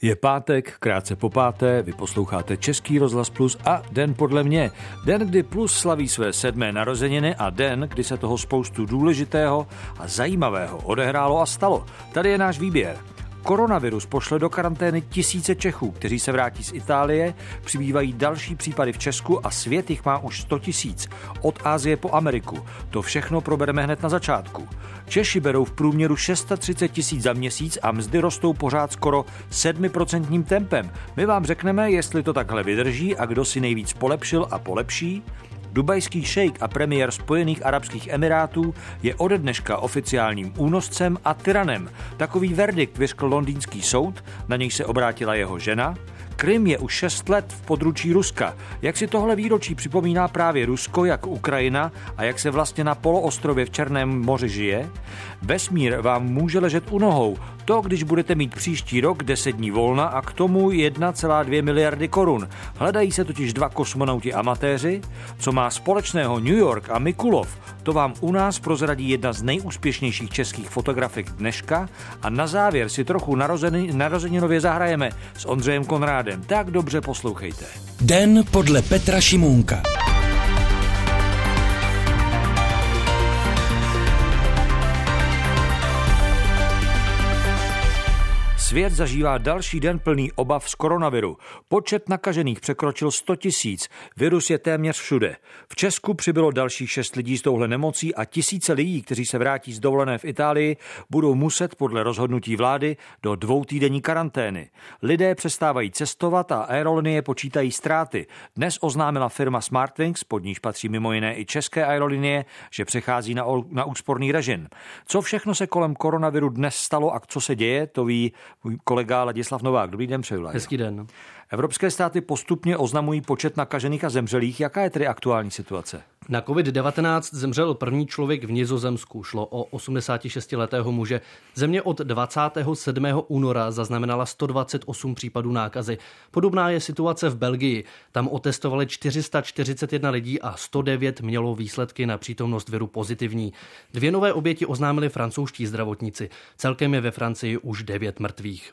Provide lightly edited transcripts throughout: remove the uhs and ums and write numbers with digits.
Je pátek, krátce po páté, vy posloucháte Český rozhlas Plus a Den podle mě. Den, kdy Plus slaví své 7. narozeniny a den, kdy se toho spoustu důležitého a zajímavého odehrálo a stalo. Tady je náš výběr. Koronavirus pošle do karantény tisíce Čechů, kteří se vrátí z Itálie, přibývají další případy v Česku a svět jich má už 100 000. Od Asie po Ameriku. To všechno probereme hned na začátku. Češi berou v průměru 630 000 za měsíc a mzdy rostou pořád skoro 7% tempem. My vám řekneme, jestli to takhle vydrží a kdo si nejvíc polepšil a polepší. Dubajský šejk a premiér Spojených arabských emirátů je ode dneška oficiálním únoscem a tyranem. Takový verdikt vyřkl londýnský soud, na něj se obrátila jeho žena. Krym je už 6 let v područí Ruska. Jak si tohle výročí připomíná právě Rusko, jak Ukrajina a jak se vlastně na poloostrově v Černém moři žije? Vesmír vám může ležet u nohou. To, když budete mít příští rok 10 dní volna a k tomu 1,2 miliardy korun. Hledají se totiž 2 kosmonauti amatéři. Co má společného New York a Mikulov, to vám u nás prozradí jedna z nejúspěšnějších českých fotografik dneška a na závěr si trochu narozeninově zahrajeme s Ondřejem Konrádem. Tak dobře poslouchejte. Den podle Petra Šimůnka. Svět zažívá další den plný obav z koronaviru. Počet nakažených překročil 100 000. Virus je téměř všude. V Česku přibylo dalších 6 lidí s touhle nemocí a tisíce lidí, kteří se vrátí z dovolené v Itálii, budou muset podle rozhodnutí vlády do 2týdenní karantény. Lidé přestávají cestovat a aerolinie počítají ztráty. Dnes oznámila firma Smartwings, pod níž patří mimo jiné i české aerolinie, že přechází na úsporný režim. Co všechno se kolem koronaviru dnes stalo a co se děje, to ví můj kolega Ladislav Novák. Dobrý den, přeju. Hezký den. Evropské státy postupně oznamují počet nakažených a zemřelých. Jaká je tedy aktuální situace? Na COVID-19 zemřel první člověk v Nizozemsku. Šlo o 86letého muže. Země od 27. února zaznamenala 128 případů nákazy. Podobná je situace v Belgii. Tam otestovali 441 lidí a 109 mělo výsledky na přítomnost viru pozitivní. 2 nové oběti oznámili francouzští zdravotníci. Celkem je ve Francii už 9 mrtvých.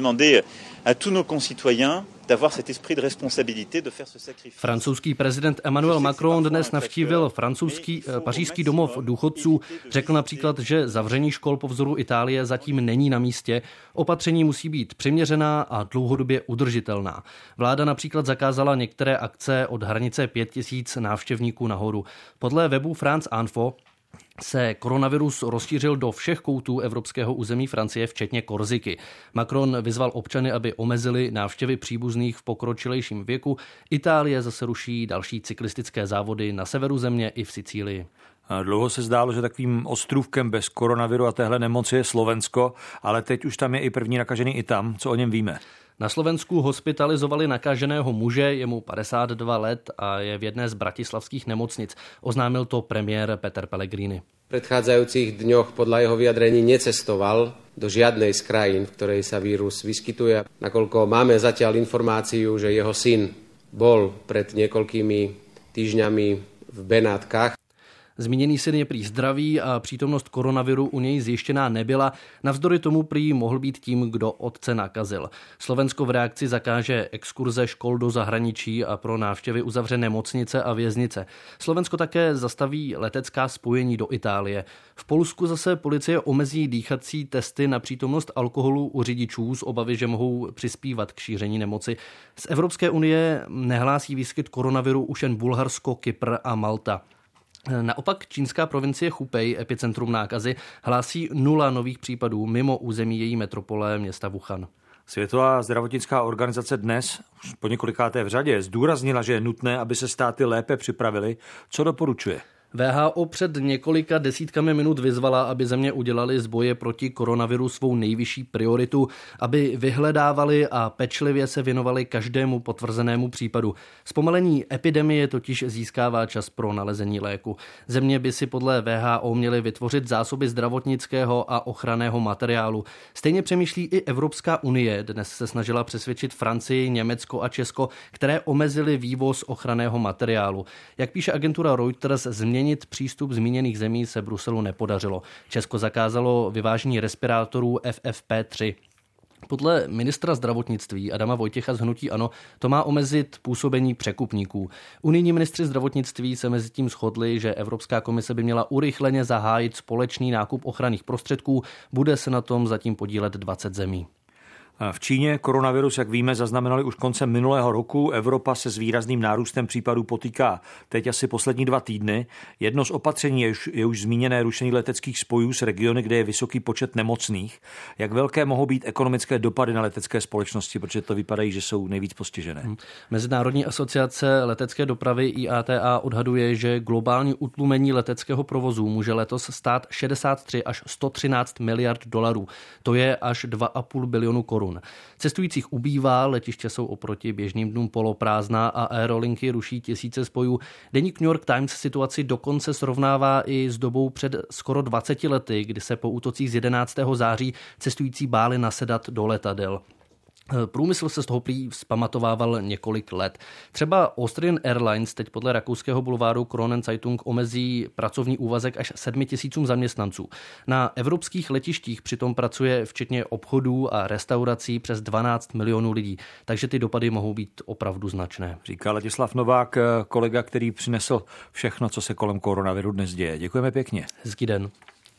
Francouzský prezident Emmanuel Macron dnes navštívil pařížský domov důchodců. Řekl například, že zavření škol po vzoru Itálie zatím není na místě. Opatření musí být přiměřená a dlouhodobě udržitelná. Vláda například zakázala některé akce od hranice 5 000 návštěvníků nahoru. Podle webu France Info se koronavirus rozšířil do všech koutů evropského území Francie, včetně Korsiky. Macron vyzval občany, aby omezili návštěvy příbuzných v pokročilejším věku. Itálie zase ruší další cyklistické závody na severu země i v Sicílii. Dlouho se zdálo, že takovým ostrůvkem bez koronaviru a téhle nemoci je Slovensko, ale teď už tam je i první nakažený i tam. Co o něm víme? Na Slovensku hospitalizovali nakaženého muže, je mu 52 let a je v jedné z bratislavských nemocnic. Oznámil to premiér Peter Pellegrini. V predchádzajúcich dňoch podľa jeho vyjadrení necestoval do žiadnej z krajín, v ktorej sa vírus vyskytuje. Nakoľko máme zatiaľ informáciu, že jeho syn bol pred niekoľkými týždňami v Benátkach. Zmíněný syn je prý zdravý a přítomnost koronaviru u něj zjištěná nebyla. Navzdory tomu prý mohl být tím, kdo otce nakazil. Slovensko v reakci zakáže exkurze škol do zahraničí a pro návštěvy uzavře nemocnice a věznice. Slovensko také zastaví letecká spojení do Itálie. V Polsku zase policie omezí dýchací testy na přítomnost alkoholu u řidičů z obavy, že mohou přispívat k šíření nemoci. Z Evropské unie nehlásí výskyt koronaviru už jen Bulharsko, Kypr a Malta. Naopak čínská provincie Hubei, epicentrum nákazy, hlásí 0 nových případů mimo území její metropole města Wuhan. Světová zdravotnická organizace dnes, už po několikáté v řadě, zdůraznila, že je nutné, aby se státy lépe připravily. Co doporučuje? WHO před několika desítkami minut vyzvala, aby země udělali z boje proti koronaviru svou nejvyšší prioritu, aby vyhledávali a pečlivě se věnovali každému potvrzenému případu. Zpomalení epidemie totiž získává čas pro nalezení léku. Země by si podle WHO měly vytvořit zásoby zdravotnického a ochranného materiálu. Stejně přemýšlí i Evropská unie. Dnes se snažila přesvědčit Francii, Německo a Česko, které omezily vývoz ochranného materiálu. Jak píše agentura Reuters, změnit přístup zmíněných zemí se Bruselu nepodařilo. Česko zakázalo vyvážení respirátorů FFP3. Podle ministra zdravotnictví Adama Vojtěcha z hnutí ANO to má omezit působení překupníků. Unijní ministři zdravotnictví se mezi tím shodli, že Evropská komise by měla urychleně zahájit společný nákup ochranných prostředků. Bude se na tom zatím podílet 20 zemí. V Číně koronavirus, jak víme, zaznamenali už koncem minulého roku. Evropa se s výrazným nárůstem případů potýká teď asi poslední 2 týdny. Jedno z opatření je už zmíněné rušení leteckých spojů s regiony, kde je vysoký počet nemocných. Jak velké mohou být ekonomické dopady na letecké společnosti, protože to vypadají, že jsou nejvíc postižené? Mezinárodní asociace letecké dopravy IATA odhaduje, že globální utlumení leteckého provozu může letos stát 63 až 113 miliard dolarů. To je až 2,5 bilionu korun. Cestujících ubývá, letiště jsou oproti běžným dnům poloprázdná a aerolinky ruší tisíce spojů. Deník New York Times situaci dokonce srovnává i s dobou před skoro 20 lety, kdy se po útocích z 11. září cestující báli nasedat do letadel. Průmysl se z toho prý vzpamatovával několik let. Třeba Austrian Airlines teď podle rakouského bulváru Kronen Zeitung omezí pracovní úvazek až 7 000 zaměstnanců. Na evropských letištích přitom pracuje včetně obchodů a restaurací přes 12 milionů lidí, takže ty dopady mohou být opravdu značné. Říká Ladislav Novák, kolega, který přinesl všechno, co se kolem koronaviru dnes děje. Děkujeme pěkně. Hezký den.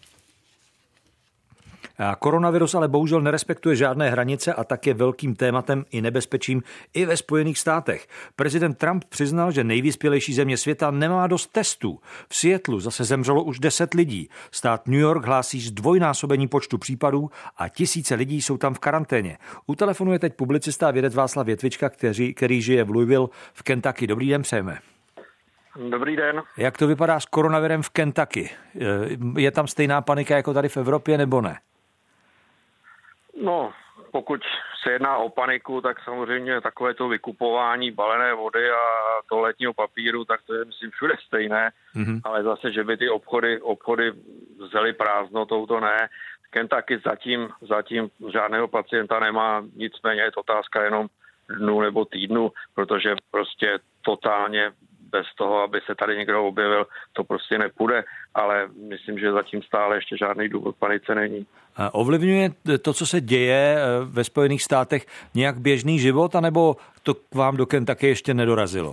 Koronavirus ale bohužel nerespektuje žádné hranice a tak je velkým tématem i nebezpečím i ve Spojených státech. Prezident Trump přiznal, že nejvyspělejší země světa nemá dost testů. V Seattlu zase zemřelo už 10 lidí. Stát New York hlásí zdvojnásobení počtu případů a tisíce lidí jsou tam v karanténě. U telefonu je teď publicista a vědec Václav Větvička, který žije v Louisville v Kentucky. Dobrý den přejeme. Dobrý den. Jak to vypadá s koronavirem v Kentucky? Je tam stejná panika jako tady v Evropě nebo ne? No, pokud se jedná o paniku, tak samozřejmě takové to vykupování balené vody a toaletního papíru, tak to je, myslím, všude stejné. Mm-hmm. Ale zase, že by ty obchody vzali prázdnotou, to ne. Kentucky zatím žádného pacienta nemá, nicméně je to otázka jenom dnů nebo týdnu, protože prostě totálně bez toho, aby se tady někdo objevil, to prostě nepůjde, ale myslím, že zatím stále ještě žádný důvod panice není. Ovlivňuje to, co se děje ve Spojených státech, nějak běžný život, anebo to k vám do Kentucky ještě nedorazilo?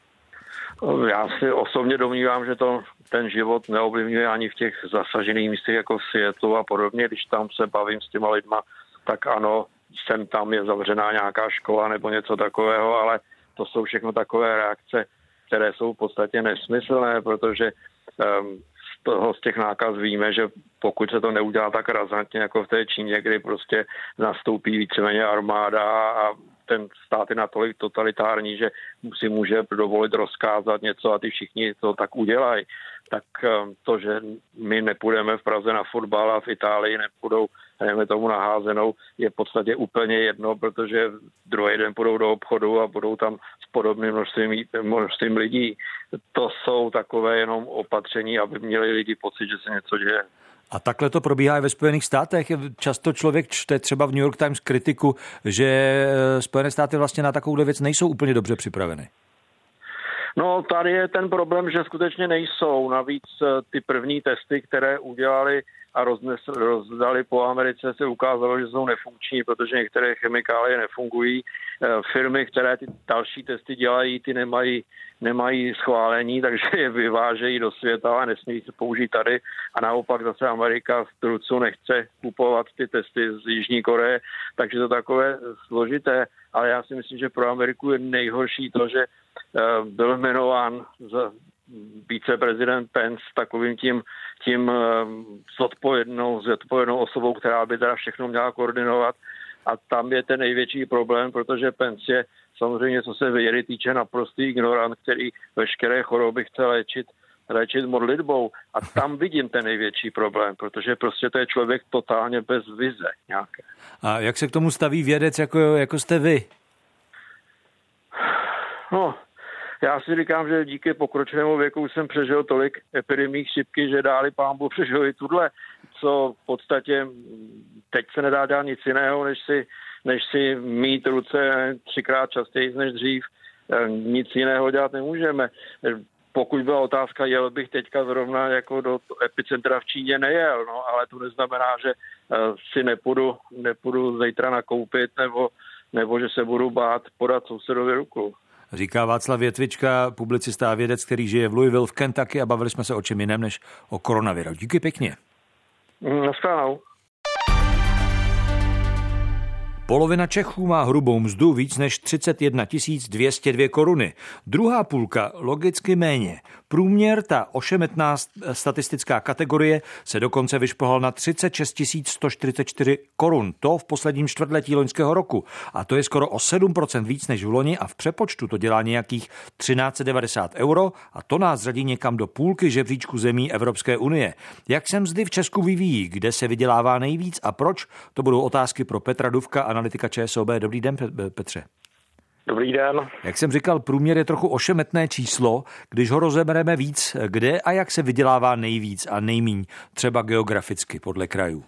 Já si osobně domnívám, že to ten život neovlivňuje ani v těch zasažených místech jako v Seattlu a podobně. Když tam se bavím s těma lidma, tak ano, sem tam je zavřená nějaká škola nebo něco takového, ale to jsou všechno takové reakce, které jsou v podstatě nesmyslné, protože z těch nákaz víme, že pokud se to neudělá tak razantně jako v té Číně, kdy prostě nastoupí víceméně armáda a ten stát je natolik totalitární, že si může dovolit rozkázat něco a ty všichni to tak udělají, tak to, že my nepůjdeme v Praze na fotbal a v Itálii nepůjdou, dejme tomu na házenou, je v podstatě úplně jedno, protože druhý den půjdou do obchodu a budou tam s podobným množstvím lidí. To jsou takové jenom opatření, aby měli lidi pocit, že se něco děje. A takhle to probíhá i ve Spojených státech. Často člověk čte třeba v New York Times kritiku, že Spojené státy vlastně na takovou věc nejsou úplně dobře připraveny. No, tady je ten problém, že skutečně nejsou. Navíc ty první testy, které udělali a rozdali po Americe, se ukázalo, že jsou nefunkční, protože některé chemikálie nefungují. Firmy, které ty další testy dělají, ty nemají schválení, takže je vyvážejí do světa a nesmí se použít tady. A naopak zase Amerika z trucu nechce kupovat ty testy z Jižní Koreje, takže to takové složité. Ale já si myslím, že pro Ameriku je nejhorší to, že byl jmenován za viceprezident Pence takovým tím zodpovědnou osobou, která by teda všechno měla koordinovat. A tam je ten největší problém, protože Pence je samozřejmě, co se vědy týče, naprostý ignorant, který veškeré choroby chce léčit modlitbou. A tam vidím ten největší problém, protože prostě to je člověk totálně bez vize nějaké. A jak se k tomu staví vědec, jako jste vy? No, já si říkám, že díky pokročilému věku jsem přežil tolik epidemií chřipky, že dáli pán Bůh přežil i tuhle, co v podstatě teď se nedá dělat nic jiného, než si mít ruce 3krát častěji než dřív. Nic jiného dělat nemůžeme. Pokud byla otázka, jel bych teďka zrovna jako do epicentra v Číně, nejel, no, ale to neznamená, si nepůjdu zítra nakoupit, nebo že se budu bát podat sousedovi ruku. Říká Václav Větvička, publicista a vědec, který žije v Louisville v Kentucky, a bavili jsme se o čem jiném než o koronaviru. Díky pěkně. Naschledanou. Polovina Čechů má hrubou mzdu víc než 31 202 koruny. Druhá půlka logicky méně. Průměr, ta ošemetná statistická kategorie, se dokonce vyšplhal na 36 144 korun. To v posledním čtvrtletí loňského roku. A to je skoro o 7% víc než v loni a v přepočtu to dělá nějakých 1390 euro a to nás řadí někam do půlky žebříčku zemí Evropské unie. Jak se mzdy v Česku vyvíjí, kde se vydělává nejvíc a proč? To budou otázky pro Petra Dufka, analytika ČSOB. Dobrý den, Petře. Dobrý den. Jak jsem říkal, průměr je trochu ošemetné číslo, když ho rozebereme víc, kde a jak se vydělává nejvíc a nejmíň, třeba geograficky podle krajů.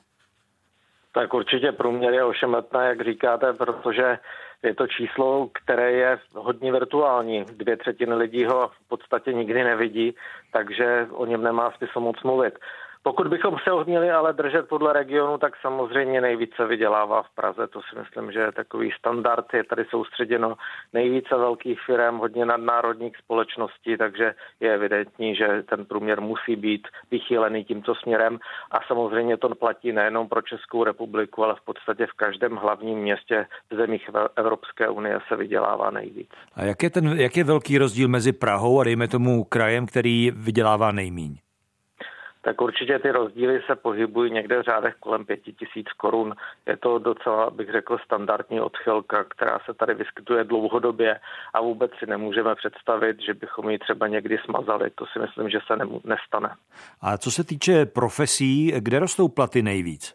Tak určitě průměr je ošemetné, jak říkáte, protože je to číslo, které je hodně virtuální. 2/3 lidí ho v podstatě nikdy nevidí, takže o něm nemá smysl moc mluvit. Pokud bychom se ho měli ale držet podle regionu, tak samozřejmě nejvíce vydělává v Praze. To si myslím, že je takový standard. Je tady soustředěno nejvíce velkých firm, hodně nadnárodních společností, takže je evidentní, že ten průměr musí být vychýlený tímto směrem. A samozřejmě to platí nejenom pro Českou republiku, ale v podstatě v každém hlavním městě v zemích Evropské unie se vydělává nejvíc. A jak je velký rozdíl mezi Prahou a dejme tomu krajem, který vydělává nejmíň? Tak určitě ty rozdíly se pohybují někde v řádech kolem 5 000 korun. Je to docela, bych řekl, standardní odchylka, která se tady vyskytuje dlouhodobě a vůbec si nemůžeme představit, že bychom ji třeba někdy smazali. To si myslím, že se nestane. A co se týče profesí, kde rostou platy nejvíc?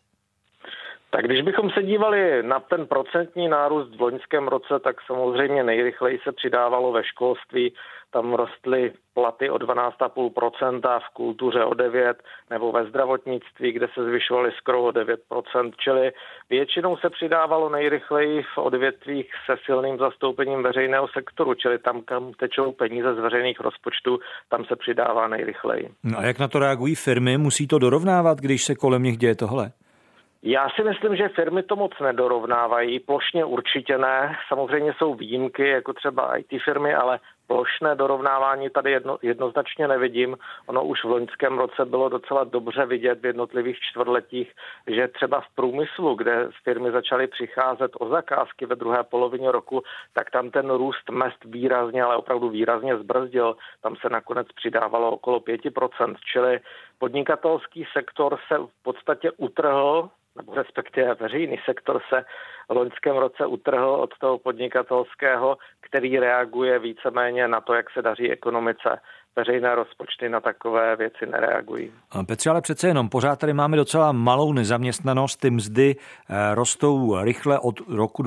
Tak když bychom se dívali na ten procentní nárůst v loňském roce, tak samozřejmě nejrychleji se přidávalo ve školství. Tam rostly platy o 12,5%, v kultuře o 9%, nebo ve zdravotnictví, kde se zvyšovaly skoro o 9%, čili většinou se přidávalo nejrychleji v odvětvích se silným zastoupením veřejného sektoru, čili tam, kam tečou peníze z veřejných rozpočtů, tam se přidává nejrychleji. No a jak na to reagují firmy? Musí to dorovnávat, když se kolem nich děje tohle? Já si myslím, že firmy to moc nedorovnávají, plošně určitě ne. Samozřejmě jsou výjimky, jako třeba IT firmy, ale plošné dorovnávání tady jednoznačně nevidím. Ono už v loňském roce bylo docela dobře vidět v jednotlivých čtvrtletích, že třeba v průmyslu, kde firmy začaly přicházet o zakázky ve druhé polovině roku, tak tam ten růst mezd výrazně, ale opravdu výrazně zbrzdil. Tam se nakonec přidávalo okolo 5%, čili podnikatelský sektor se v podstatě utrhl, nebo respektive veřejný sektor se v loňském roce utrhl od toho podnikatelského, který reaguje víceméně na to, jak se daří ekonomice. Veřejné rozpočty na takové věci nereagují. Petře, ale přece jenom, pořád tady máme docela malou nezaměstnanost, ty mzdy rostou rychle od roku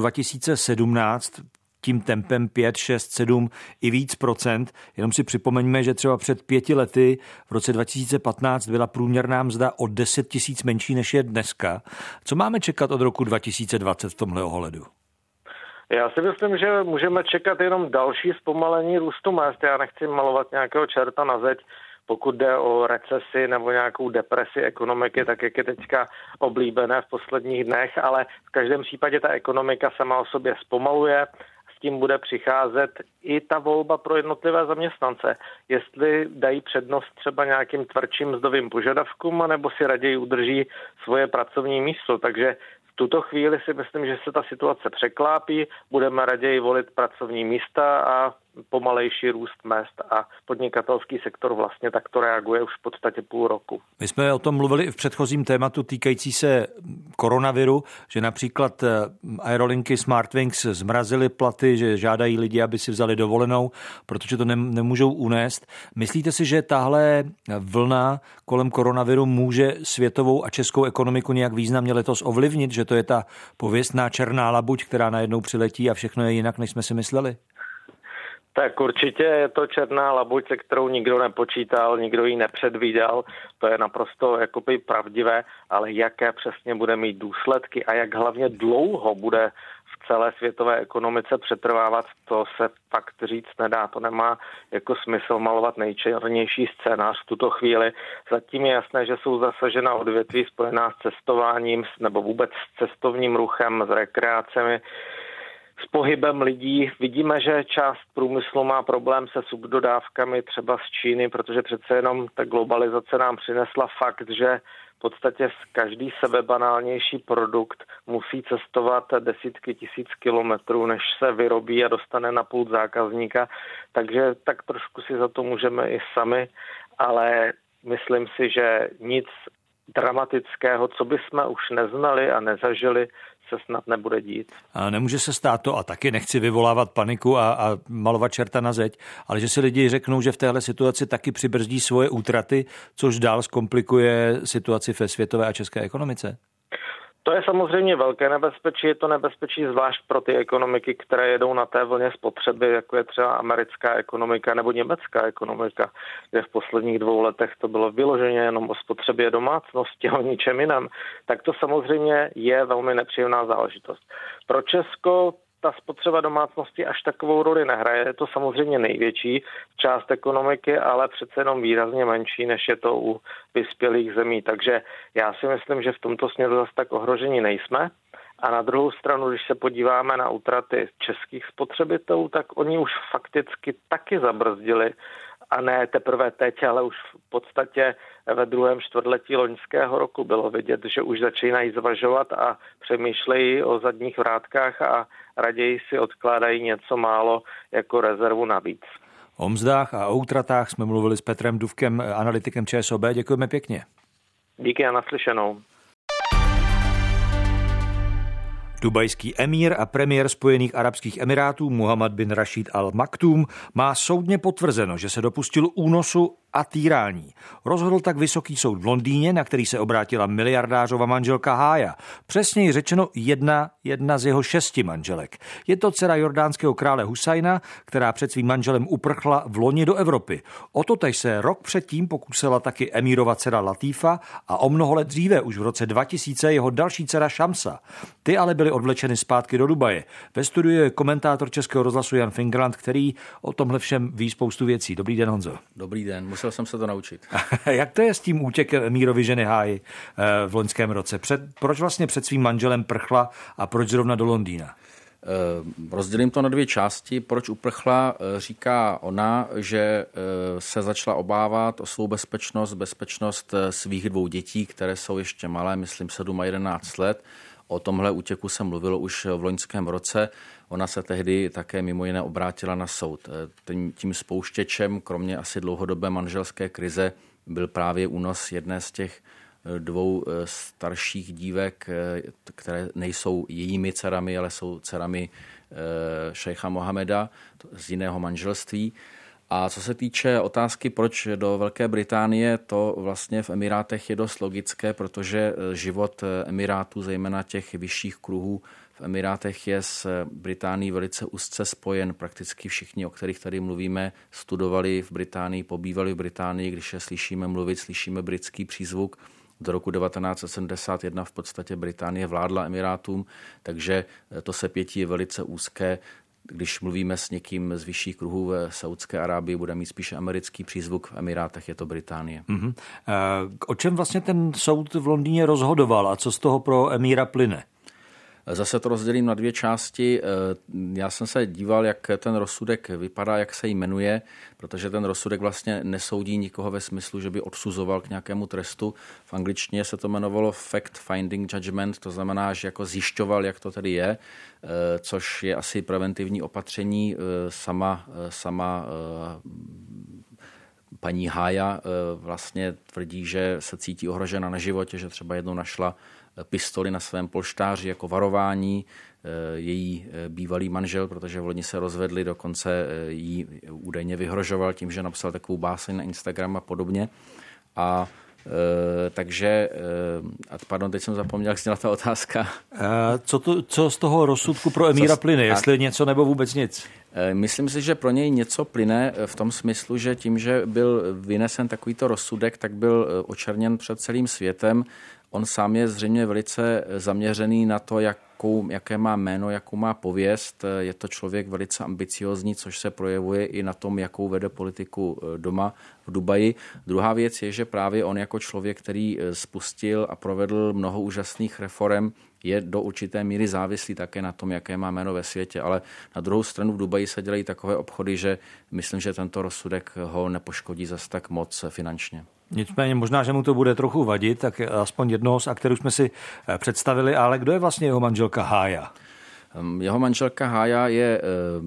2017, tím tempem 5, 6, 7 i víc procent. Jenom si připomeňme, že třeba před 5 lety v roce 2015 byla průměrná mzda o 10 000 menší, než je dneska. Co máme čekat od roku 2020 v tomhle ohledu? Já si myslím, že můžeme čekat jenom další zpomalení růstu mezd. Já nechci malovat nějakého čerta na zeď, pokud jde o recesi nebo nějakou depresi ekonomiky, tak jak je teďka oblíbené v posledních dnech, ale v každém případě ta ekonomika sama o sobě zpomaluje. S tím bude přicházet i ta volba pro jednotlivé zaměstnance. Jestli dají přednost třeba nějakým tvrdším mzdovým požadavkům, anebo si raději udrží svoje pracovní místo. Takže v tuto chvíli si myslím, že se ta situace překlápí, budeme raději volit pracovní místa a pomalejší růst mezd a podnikatelský sektor vlastně takto reaguje už v podstatě půl roku. My jsme o tom mluvili i v předchozím tématu týkající se koronaviru, že například aerolinky Smartwings zmrazily platy, že žádají lidi, aby si vzali dovolenou, protože to nemůžou unést. Myslíte si, že tahle vlna kolem koronaviru může světovou a českou ekonomiku nějak významně letos ovlivnit, že to je ta pověstná černá labuť, která najednou přiletí a všechno je jinak, než jsme si mysleli? Tak určitě je to černá labuť, se kterou nikdo nepočítal, nikdo ji nepředvídal, to je naprosto jakoby pravdivé, ale jaké přesně bude mít důsledky a jak hlavně dlouho bude v celé světové ekonomice přetrvávat, to se fakt říct nedá. To nemá jako smysl malovat nejčernější scénář v tuto chvíli. Zatím je jasné, že jsou zasažena odvětví spojená s cestováním nebo vůbec s cestovním ruchem, s rekreacemi, s pohybem lidí. Vidíme, že část průmyslu má problém se subdodávkami třeba z Číny, protože přece jenom ta globalizace nám přinesla fakt, že v podstatě každý sebebanálnější produkt musí cestovat desítky tisíc kilometrů, než se vyrobí a dostane na pult zákazníka. Takže tak trošku si za to můžeme i sami, ale myslím si, že nic dramatického, co bychom už neznali a nezažili, se snad nebude dít. A nemůže se stát to, a taky nechci vyvolávat paniku a malovat čerta na zeď, ale že si lidi řeknou, že v téhle situaci taky přibrzdí svoje útraty, což dál zkomplikuje situaci ve světové a české ekonomice? To je samozřejmě velké nebezpečí, je to nebezpečí zvlášť pro ty ekonomiky, které jedou na té vlně spotřeby, jako je třeba americká ekonomika nebo německá ekonomika, kde v posledních 2 letech to bylo vyloženě jenom o spotřebě domácnosti, o ničem jiném. Tak to samozřejmě je velmi nepříjemná záležitost. Pro Česko ta spotřeba domácnosti až takovou roli nehraje. Je to samozřejmě největší část ekonomiky, ale přece jenom výrazně menší, než je to u vyspělých zemí. Takže já si myslím, že v tomto směru zase tak ohrožení nejsme. A na druhou stranu, když se podíváme na útraty českých spotřebitelů, tak oni už fakticky taky zabrzdili. A ne teprve teď, ale už v podstatě ve 2. čtvrtletí loňského roku bylo vidět, že už začínají zvažovat a přemýšlejí o zadních vrátkách a raději si odkládají něco málo jako rezervu navíc. O mzdách a o útratách jsme mluvili s Petrem Dufkem, analytikem ČSOB. Děkujeme pěkně. Díky a naslyšenou. Dubajský emír a premiér Spojených arabských emirátů Muhammad bin Rashid Al Maktoum má soudně potvrzeno, že se dopustil únosu a týrání. Rozhodl tak Vysoký soud v Londýně, na který se obrátila miliardářova manželka Hája. Přesněji řečeno jedna z jeho 6 manželek. Je to dcera jordánského krále Husajna, která před svým manželem uprchla v loni do Evropy. O to tež se rok předtím pokusila taky emírova dcera Latífa a o mnoho let dříve, už v roce 2000, jeho další dcera Šamsa. Ty ale byly odvlečeny zpátky do Dubaje. Ve studiu je komentátor Českého rozhlasu Jan Fingrand, který o tomhle všem ví spoustu věcí. Dobrý den, Honzo. Dobrý den, musel jsem se to naučit. Jak to je s tím útěkem emírovy ženy Háji v loňském roce? Proč vlastně před svým manželem prchla a proč zrovna do Londýna? Rozdělím to na 2 části. Proč uprchla? Říká ona, že se začala obávat o svou bezpečnost svých 2 dětí, které jsou ještě malé, myslím 7 a 11 let. O tomhle útěku se mluvilo už v loňském roce. Ona se tehdy také mimo jiné obrátila na soud. Tím spouštěčem, kromě asi dlouhodobé manželské krize, byl právě únos jedné z těch 2 starších dívek, které nejsou jejími dcerami, ale jsou dcerami šejcha Mohameda z jiného manželství. A co se týče otázky, proč do Velké Británie, to vlastně v Emirátech je dost logické, protože život Emirátů, zejména těch vyšších kruhů v Emirátech, je s Británií velice úzce spojen. Prakticky všichni, o kterých tady mluvíme, studovali v Británii, pobývali v Británii. Když je slyšíme mluvit, slyšíme britský přízvuk. Do roku 1971 v podstatě Británie vládla Emirátům, takže to sepětí je velice úzké. Když mluvíme s někým z vyšších kruhů v Saudské Arábii, bude mít spíše americký přízvuk, v Emirátech je to Británie. Mm-hmm. O čem vlastně ten soud v Londýně rozhodoval a co z toho pro emíra plyne? Zase to rozdělím na 2 části. Já jsem se díval, jak ten rozsudek vypadá, jak se jmenuje, protože ten rozsudek vlastně nesoudí nikoho ve smyslu, že by odsuzoval k nějakému trestu. V angličtině se to jmenovalo fact finding judgment, to znamená, že jako zjišťoval, jak to tedy je, což je asi preventivní opatření. Sama paní Hája vlastně tvrdí, že se cítí ohrožena na životě, že třeba jednou našla pistoli na svém polštáři jako varování. Její bývalý manžel, protože v loni se rozvedli, dokonce jí údajně vyhrožoval tím, že napsal takovou báseň na Instagram a podobně. A takže, pardon, teď jsem zapomněl, jak zněla ta otázka. Co z toho rozsudku pro emíra plyne? Jestli něco nebo vůbec nic? Myslím si, že pro něj něco plyne v tom smyslu, že tím, že byl vynesen takovýto rozsudek, tak byl očerněn před celým světem. On sám je zřejmě velice zaměřený na to, jaké má jméno, jakou má pověst. Je to člověk velice ambiciózní, což se projevuje i na tom, jakou vede politiku doma v Dubaji. Druhá věc je, že právě on jako člověk, který spustil a provedl mnoho úžasných reforem, je do určité míry závislý také na tom, jaké má jméno ve světě. Ale na druhou stranu v Dubaji se dělají takové obchody, že myslím, že tento rozsudek ho nepoškodí zas tak moc finančně. Nicméně možná, že mu to bude trochu vadit, tak aspoň jednoho z aktérů jsme si představili, ale kdo je vlastně jeho manželka Hája? Jeho manželka Hája je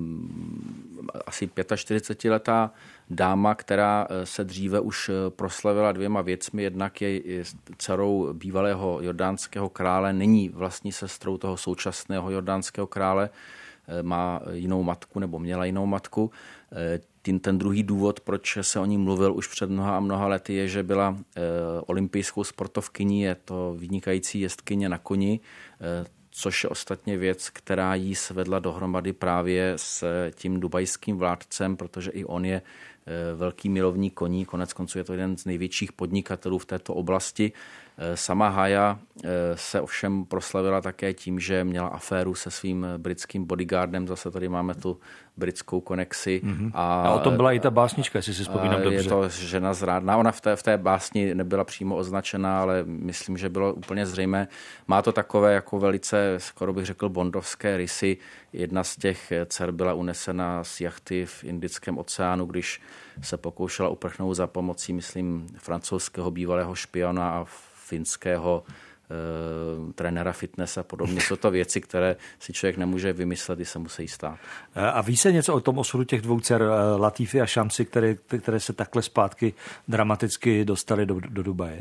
asi 45letá dáma, která se dříve už proslavila 2 věcmi. Jednak je dcerou bývalého jordánského krále, není vlastní sestrou toho současného jordánského krále, má jinou matku nebo měla jinou matku. Ten druhý důvod, proč se o ní mluvil už před mnoha a mnoha lety, je, že byla olympijskou sportovkyní, je to vynikající jezdkyně na koni, což je ostatně věc, která jí svedla dohromady právě s tím dubajským vládcem, protože i on je velký milovník koní, konec konců je to jeden z největších podnikatelů v této oblasti. Sama Hája se ovšem proslavila také tím, že měla aféru se svým britským bodyguardem, zase tady máme tu britskou konexi. A o tom byla i ta básnička, jestli si vzpomínám dobře. Je to žena zrádná, ona v té básni nebyla přímo označená, ale myslím, že bylo úplně zřejmé. Má to takové jako velice, skoro bych řekl, bondovské rysy. Jedna z těch dcer byla unesena z jachty v Indickém oceánu, když se pokoušela uprchnout za pomocí, myslím, francouzského bývalého špiona a finského trenéra fitness a podobně. Jsou to věci, které si člověk nemůže vymyslet, i se musí stát. A ví se něco o tom osudu těch 2 dcer, Latify a Šamsi, které se takhle zpátky dramaticky dostali do Dubaje?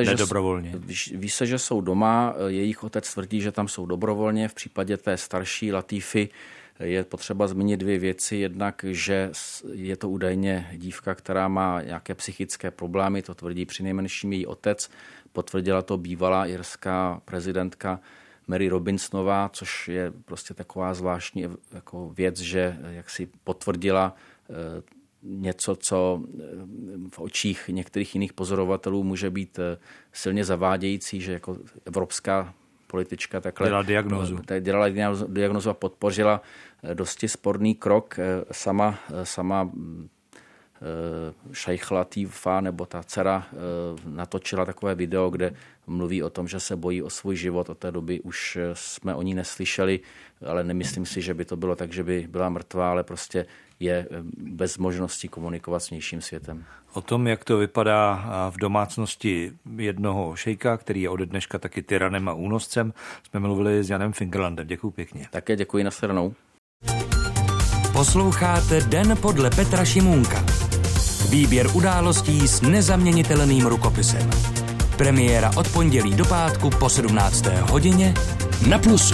Ví se, že jsou doma. Jejich otec tvrdí, že tam jsou dobrovolně. V případě té starší Latify je potřeba zmínit 2 věci. Jednak, že je to údajně dívka, která má nějaké psychické problémy, to tvrdí přinejmenším její otec. Potvrdila to bývalá irská prezidentka Mary Robinsonová, což je prostě taková zvláštní jako věc, že jak si potvrdila něco, co v očích některých jiných pozorovatelů může být silně zavádějící, že jako evropská politička takhle dělala diagnózu a podpořila dosti sporný krok. Sama Šejch Latifa nebo ta dcera natočila takové video, kde mluví o tom, že se bojí o svůj život. Od té doby už jsme o ní neslyšeli, ale nemyslím si, že by to bylo tak, že by byla mrtvá, ale prostě je bez možnosti komunikovat s vnějším světem. O tom, jak to vypadá v domácnosti jednoho šejka, který je ode dneška taky tyranem a únoscem, jsme mluvili s Janem Fingerlandem. Děkuji pěkně. Také děkuji, nashledanou. Posloucháte Den podle Petra Šimůnka. Výběr událostí s nezaměnitelným rukopisem. Premiéra od pondělí do pátku po 17. hodině na Plusu.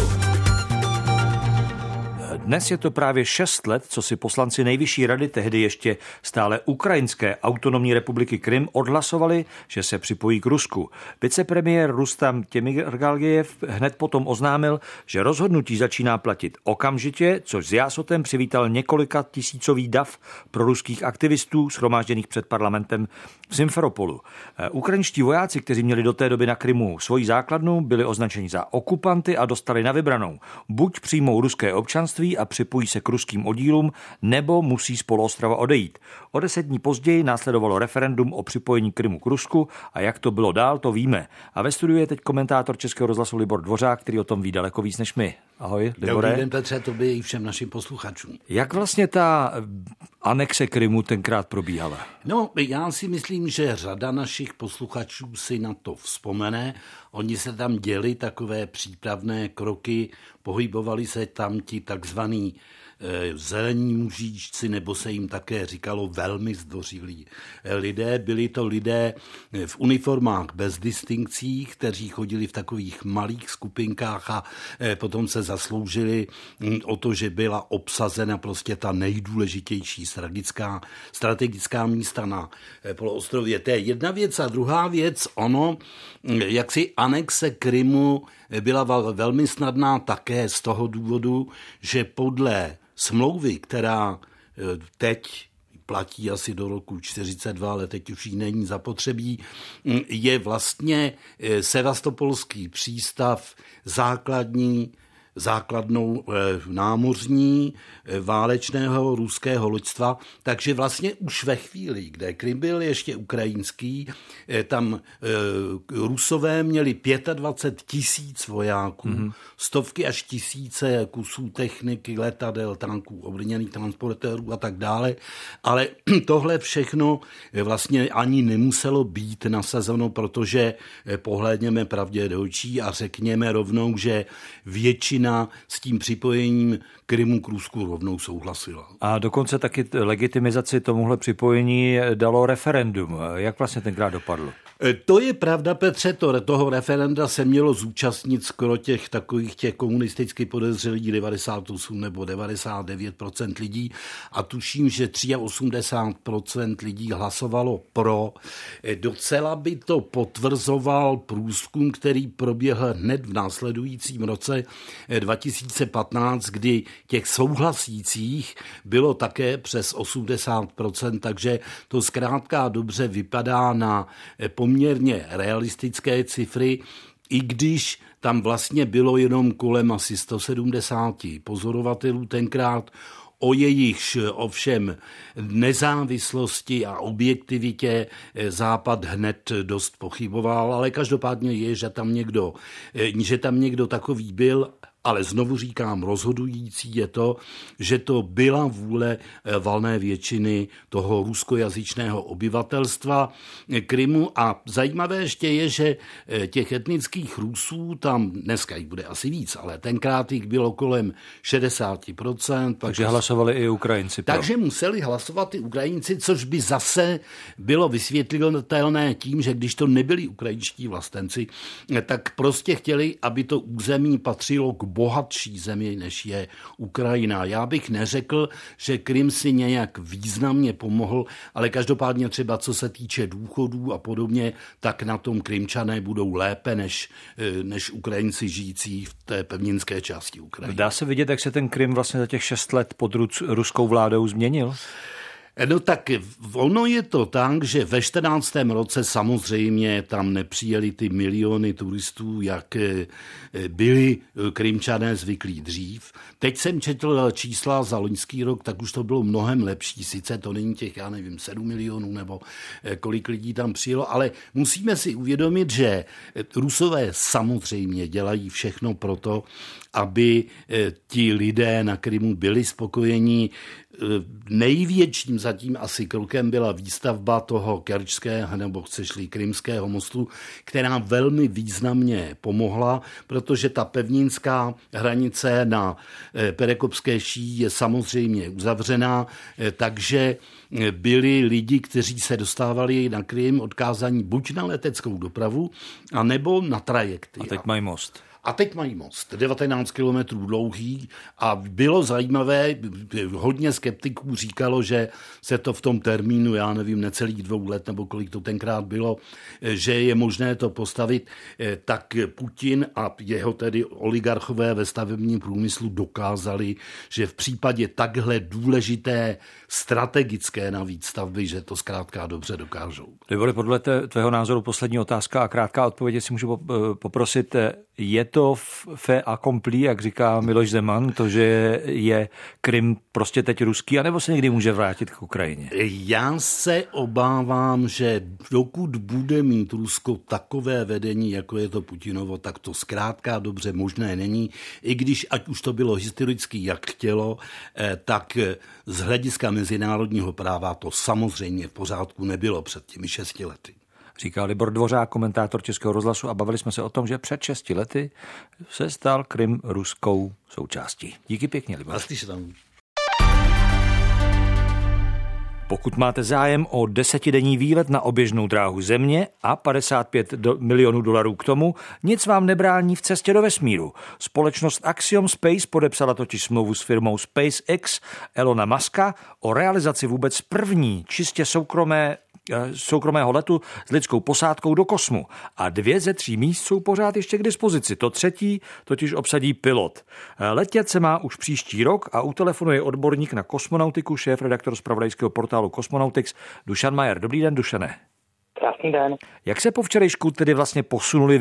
Dnes je to právě 6 let, co si poslanci Nejvyšší rady, tehdy ještě stále Ukrajinské autonomní republiky Krym, odhlasovali, že se připojí k Rusku. Vicepremiér Rustam Těmirgaljev hned potom oznámil, že rozhodnutí začíná platit okamžitě, což s jásotem přivítal několika tisícový dav proruských aktivistů shromážděných před parlamentem v Simferopolu. Ukrajinští vojáci, kteří měli do té doby na Krymu svoji základnu, byli označeni za okupanty a dostali na vybranou. Buď přijmou ruské občanství a připojí se k ruským oddílům, nebo musí z poloostrova odejít. O 10 dní později následovalo referendum o připojení Krymu k Rusku a jak to bylo dál, to víme. A ve studiu je teď komentátor Českého rozhlasu Libor Dvořák, který o tom ví daleko víc než my. Ahoj, Libore. Dobrý den, Petře, tobě i všem našim posluchačům. Jak vlastně ta anexe Krymu tenkrát probíhala? No, já si myslím, že řada našich posluchačů si na to vzpomene. Oni se tam děli takové přípravné kroky, pohybovali se tam ti takzvaný zelení mužičci, nebo se jim také říkalo velmi zdvořilí lidé. Byli to lidé v uniformách bez distinkcí, kteří chodili v takových malých skupinkách a potom se zasloužili o to, že byla obsazena prostě ta nejdůležitější strategická místa na poloostrově. To je jedna věc a druhá věc, jaksi anexe Krymu byla velmi snadná také z toho důvodu, že podle smlouvy, která teď platí asi do roku 42, ale teď už jí není zapotřebí, je vlastně sevastopolský přístav základnou námořní válečného ruského loďstva, takže vlastně už ve chvíli, kde Krym byl ještě ukrajinský, tam Rusové měli 25 000 vojáků, stovky až tisíce kusů techniky, letadel, tanků, obrněných transportérů a tak dále, ale tohle všechno vlastně ani nemuselo být nasazeno, protože pohlédněme pravdě do očí a řekněme rovnou, že většina s tím připojením Krymu k Rusku rovnou souhlasila. A dokonce taky legitimizaci tomuhle připojení dalo referendum. Jak vlastně tenkrát dopadlo? To je pravda, Petře, toho referenda se mělo zúčastnit skoro těch komunisticky podezřelých 98 nebo 99% lidí a tuším, že 83% lidí hlasovalo pro. Docela by to potvrzoval průzkum, který proběhl hned v následujícím roce 2015, kdy těch souhlasících bylo také přes 80%, takže to zkrátka dobře vypadá na poměrně realistické cifry, i když tam vlastně bylo jenom kolem asi 170 pozorovatelů tenkrát, o jejichž ovšem nezávislosti a objektivitě Západ hned dost pochyboval, ale každopádně je, že tam někdo takový byl. Ale znovu říkám, rozhodující je to, že to byla vůle valné většiny toho ruskojazyčného obyvatelstva Krymu a zajímavé ještě je, že těch etnických Rusů tam dneska jich bude asi víc, ale tenkrát jich bylo kolem 60%. Takže hlasovali i Ukrajinci. Takže museli hlasovat i Ukrajinci, což by zase bylo vysvětlitelné tím, že když to nebyli ukrajinští vlastenci, tak prostě chtěli, aby to území patřilo k bohatší zemi, než je Ukrajina. Já bych neřekl, že Krym si nějak významně pomohl, ale každopádně třeba co se týče důchodů a podobně, tak na tom Krymčané budou lépe než Ukrajinci žijící v té pevninské části Ukrajiny. Dá se vidět, jak se ten Krym vlastně za těch 6 let pod ruskou vládou změnil? No tak ono je to tak, že ve 14. roce samozřejmě tam nepřijeli ty miliony turistů, jak byli Krymčané zvyklí dřív. Teď jsem četl čísla za loňský rok, tak už to bylo mnohem lepší. Sice to není těch, 7 milionů nebo kolik lidí tam přijelo, ale musíme si uvědomit, že Rusové samozřejmě dělají všechno pro to, aby ti lidé na Krymu byli spokojení. Největším zatím asi krokem byla výstavba toho kerčského nebo chceš-li krymského mostu, která velmi významně pomohla, protože ta pevninská hranice na Perekopské šíji je samozřejmě uzavřená, takže byli lidi, kteří se dostávali na Krym odkázaní buď na leteckou dopravu, anebo na trajekty. A teď mají most. A teď mají most, 19 kilometrů dlouhý a bylo zajímavé, hodně skeptiků říkalo, že se to v tom termínu, necelých 2 let, nebo kolik to tenkrát bylo, že je možné to postavit, tak Putin a jeho tedy oligarchové ve stavebním průmyslu dokázali, že v případě takhle důležité strategické navíc stavby, že to zkrátka dobře dokážou. Libore, podle tvého názoru poslední otázka a krátká odpověď, jestli můžu poprosit, je to fait accompli, jak říká Miloš Zeman, to, že je Krym prostě teď ruský, anebo se někdy může vrátit k Ukrajině? Já se obávám, že dokud bude mít Rusko takové vedení, jako je to Putinovo, tak to zkrátka dobře možné není. I když, ať už to bylo historicky jak chtělo, tak z hlediska mezinárodního práva to samozřejmě v pořádku nebylo před těmi 6 lety. Říká Libor Dvořák, komentátor Českého rozhlasu, a bavili jsme se o tom, že před 6 lety se stal Krym ruskou součástí. Díky pěkně, Libor. Pokud máte zájem o 10denní výlet na oběžnou dráhu Země a $55 milionů k tomu, nic vám nebrání v cestě do vesmíru. Společnost Axiom Space podepsala totiž smlouvu s firmou SpaceX Elona Muska o realizaci vůbec první čistě soukromého letu s lidskou posádkou do kosmu. A 2 ze 3 míst jsou pořád ještě k dispozici. To 3. totiž obsadí pilot. Letět se má už příští rok a u telefonu je odborník na kosmonautiku, šéfredaktor zpravodajského portálu portálu Cosmonautics Dušan Majer. Dobrý den, Dušane. Krásný den. Jak se po včerejšku tedy vlastně posunuli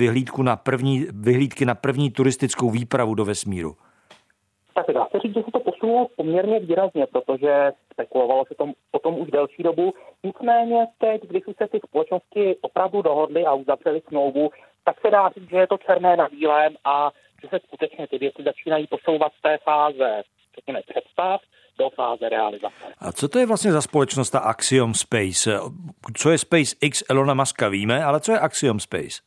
vyhlídky na první turistickou výpravu do vesmíru? Tak dá se říct, že se to posunulo poměrně výrazně, protože spekulovalo se o tom už delší dobu. Nicméně teď, když se ty společnosti opravdu dohodly a uzavřely smlouvu, tak se dá říct, že je to černé na bílém a že se skutečně ty věci začínají posouvat z té fáze, řekněme, představ do fáze realizace. A co to je vlastně za společnost ta Axiom Space? Co je SpaceX Elona Muska víme, ale co je Axiom Space?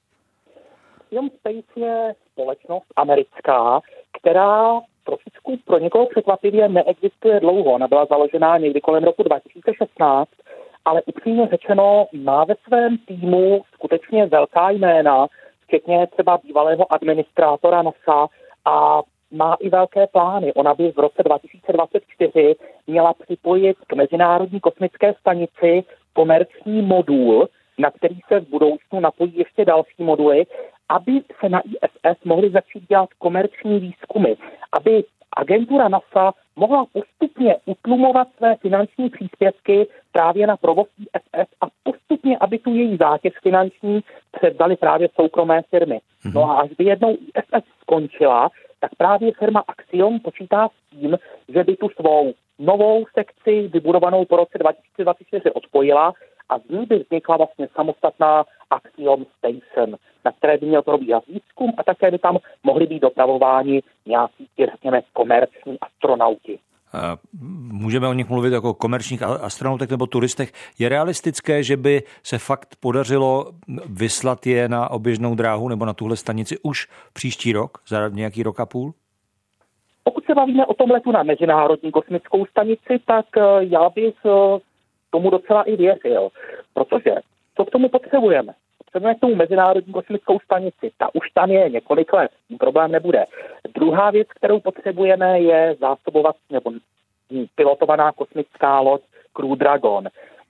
Axiom Space je společnost americká, která trošičku pro někoho překvapivě neexistuje dlouho. Ona byla založená někdy kolem roku 2016, ale upřímně řečeno má ve svém týmu skutečně velká jména, včetně třeba bývalého administrátora NASA a má i velké plány. Ona by v roce 2024 měla připojit k Mezinárodní kosmické stanici komerční modul, na který se v budoucnu napojí ještě další moduly, aby se na ISS mohly začít dělat komerční výzkumy, aby agentura NASA mohla postupně utlumovat své finanční příspěvky právě na provoz ISS a postupně, aby tu její zátěž finanční převzaly právě soukromé firmy. No a až by jednou ISS skončila, tak právě firma Axiom počítá s tím, že by tu svou novou sekci vybudovanou po roce 2024 odpojila a z ní by vznikla vlastně samostatná Axiom Station, na které by měl probíhat výzkum a také by tam mohli být dopravováni nějací, řekněme, komerční astronauti. Můžeme o nich mluvit jako komerčních astronautech nebo turistech. Je realistické, že by se fakt podařilo vyslat je na oběžnou dráhu nebo na tuhle stanici už příští rok, za nějaký rok a půl? Pokud se bavíme o tom letu na Mezinárodní kosmickou stanici, tak já bych tomu docela i věřil, protože co k tomu potřebujeme? Potřebujeme k tomu Mezinárodní kosmickou stanici. Ta už tam je několik let, problém nebude. Druhá věc, kterou potřebujeme, je zásobovat nebo pilotovaná kosmická loď Crew Dragon.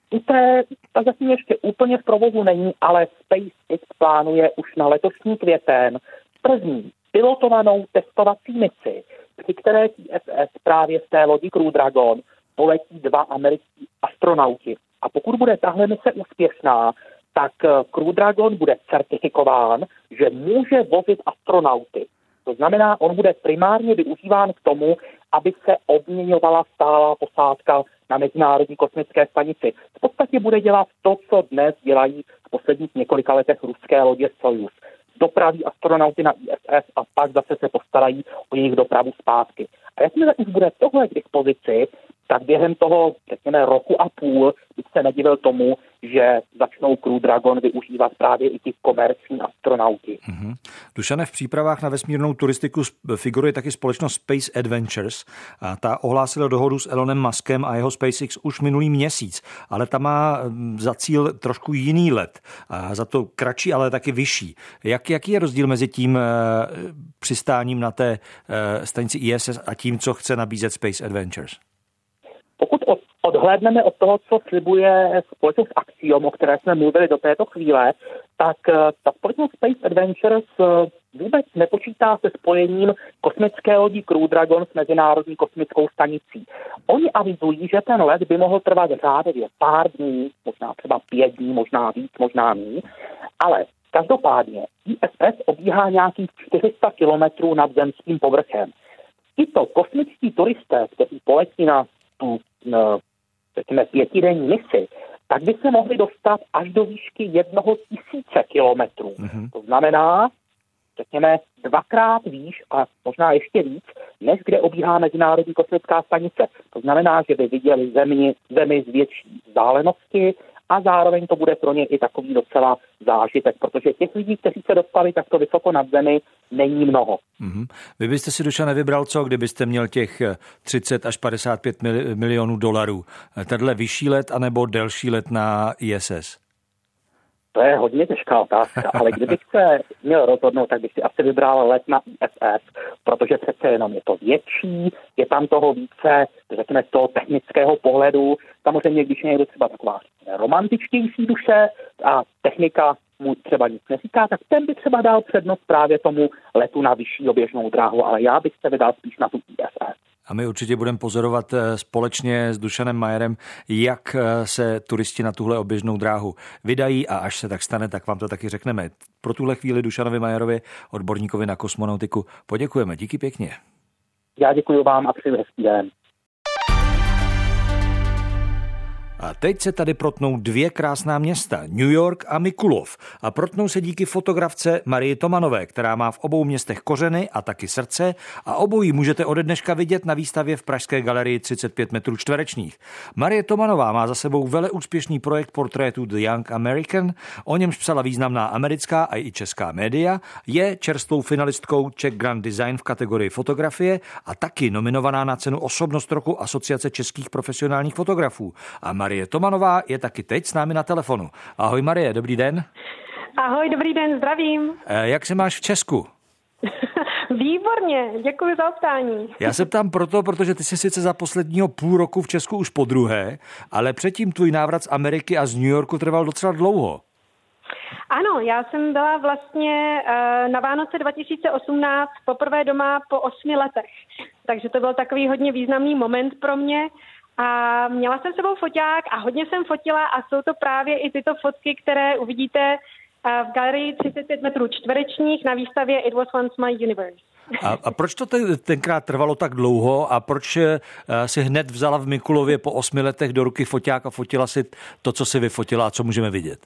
Ta zatím ještě úplně v provozu není, ale SpaceX plánuje už na letošní květen první pilotovanou testovací misi, při které ISS právě z té lodi Crew Dragon poletí 2 američtí astronauti. A pokud bude tahle mise úspěšná, tak Crew Dragon bude certifikován, že může vozit astronauty. To znamená, on bude primárně využíván k tomu, aby se obměňovala stálá posádka na Mezinárodní kosmické stanici. V podstatě bude dělat to, co dnes dělají v posledních několika letech ruské lodě Sojuz. Dopraví astronauty na ISS a pak zase se postarají o jejich dopravu zpátky. A jakmile už bude tohle k dispozici, tak během toho, řekněme, roku a půl bych se nedivil tomu, že začnou Crew Dragon využívat právě i ti komerční astronauti. Dušane, v přípravách na vesmírnou turistiku figuruje taky společnost Space Adventures. A ta ohlásila dohodu s Elonem Muskem a jeho SpaceX už minulý měsíc, ale ta má za cíl trošku jiný let. A za to kratší, ale taky vyšší. Jaký je rozdíl mezi tím přistáním na té stanici ISS a tím, co chce nabízet Space Adventures? Pokud odhlédneme od toho, co slibuje společnost Axiom, o které jsme mluvili do této chvíle, tak ta společnost Space Adventures vůbec nepočítá se spojením kosmické lodi Crew Dragon s Mezinárodní kosmickou stanicí. Oni avizují, že ten let by mohl trvat řádově pár dní, možná třeba 5 dní, možná víc, možná míň, ale každopádně ISS obíhá nějakých 400 kilometrů nad zemským povrchem. Tyto kosmičtí turisté, kteří poletí na tu, řekněme, 5denní misi, tak by se mohli dostat až do výšky 1000 kilometrů. To znamená, řekněme, 2krát výš a možná ještě víc, než kde obíhá Mezinárodní kosmická stanice. To znamená, že by viděli zemi z větší vzdálenosti a zároveň to bude pro ně i takový docela zážitek, protože těch lidí, kteří se dostali takto vysoko nad zemi, není mnoho. Vy byste si, Dušane, vybral co, kdybyste měl těch 30 až 55 milionů dolarů? Tenhle vyšší let anebo delší let na ISS? To je hodně těžká otázka, ale kdybych se měl rozhodnout, tak bych si asi vybral let na ISS, protože přece jenom je to větší, je tam toho více, řekněme, z toho technického pohledu. Samozřejmě, když je někdo třeba taková romantičtější duše a technika mu třeba nic neříká, tak ten by třeba dal přednost právě tomu letu na vyšší oběžnou dráhu, ale já bych se vydal spíš na tu ISS. A my určitě budeme pozorovat společně s Dušanem Majerem, jak se turisti na tuhle oběžnou dráhu vydají a až se tak stane, tak vám to taky řekneme. Pro tuhle chvíli Dušanovi Majerovi, odborníkovi na kosmonautiku, poděkujeme. Díky pěkně. Já děkuji vám a přeji hezký den. A teď se tady protnou dvě krásná města, New York a Mikulov. A protnou se díky fotografce Marii Tomanové, která má v obou městech kořeny a taky srdce a obojí můžete ode dneška vidět na výstavě v pražské galerii 35 metrů čtverečních. Marie Tomanová má za sebou veleúspěšný projekt portrétů The Young American, o němž psala významná americká a i česká média, je čerstvou finalistkou Czech Grand Design v kategorii fotografie a taky nominovaná na cenu Osobnost roku Asociace českých profesionálních fotografů. A Marie Tomanová je taky teď s námi na telefonu. Ahoj Marie, dobrý den. Ahoj, dobrý den, zdravím. Jak se máš v Česku? Výborně, děkuji za optání. Já se ptám protože ty jsi sice za posledního půl roku v Česku už podruhé, ale předtím tvůj návrat z Ameriky a z New Yorku trval docela dlouho. Ano, já jsem byla vlastně na Vánoce 2018 poprvé doma po 8 letech. Takže to byl takový hodně významný moment pro mě. A měla jsem s sebou foťák a hodně jsem fotila a jsou to právě i tyto fotky, které uvidíte v galerii 35 metrů čtverečních na výstavě It Was Once My Universe. A proč to tenkrát trvalo tak dlouho a proč si hned vzala v Mikulově po 8 letech do ruky foťák a fotila si to, co si vyfotila a co můžeme vidět?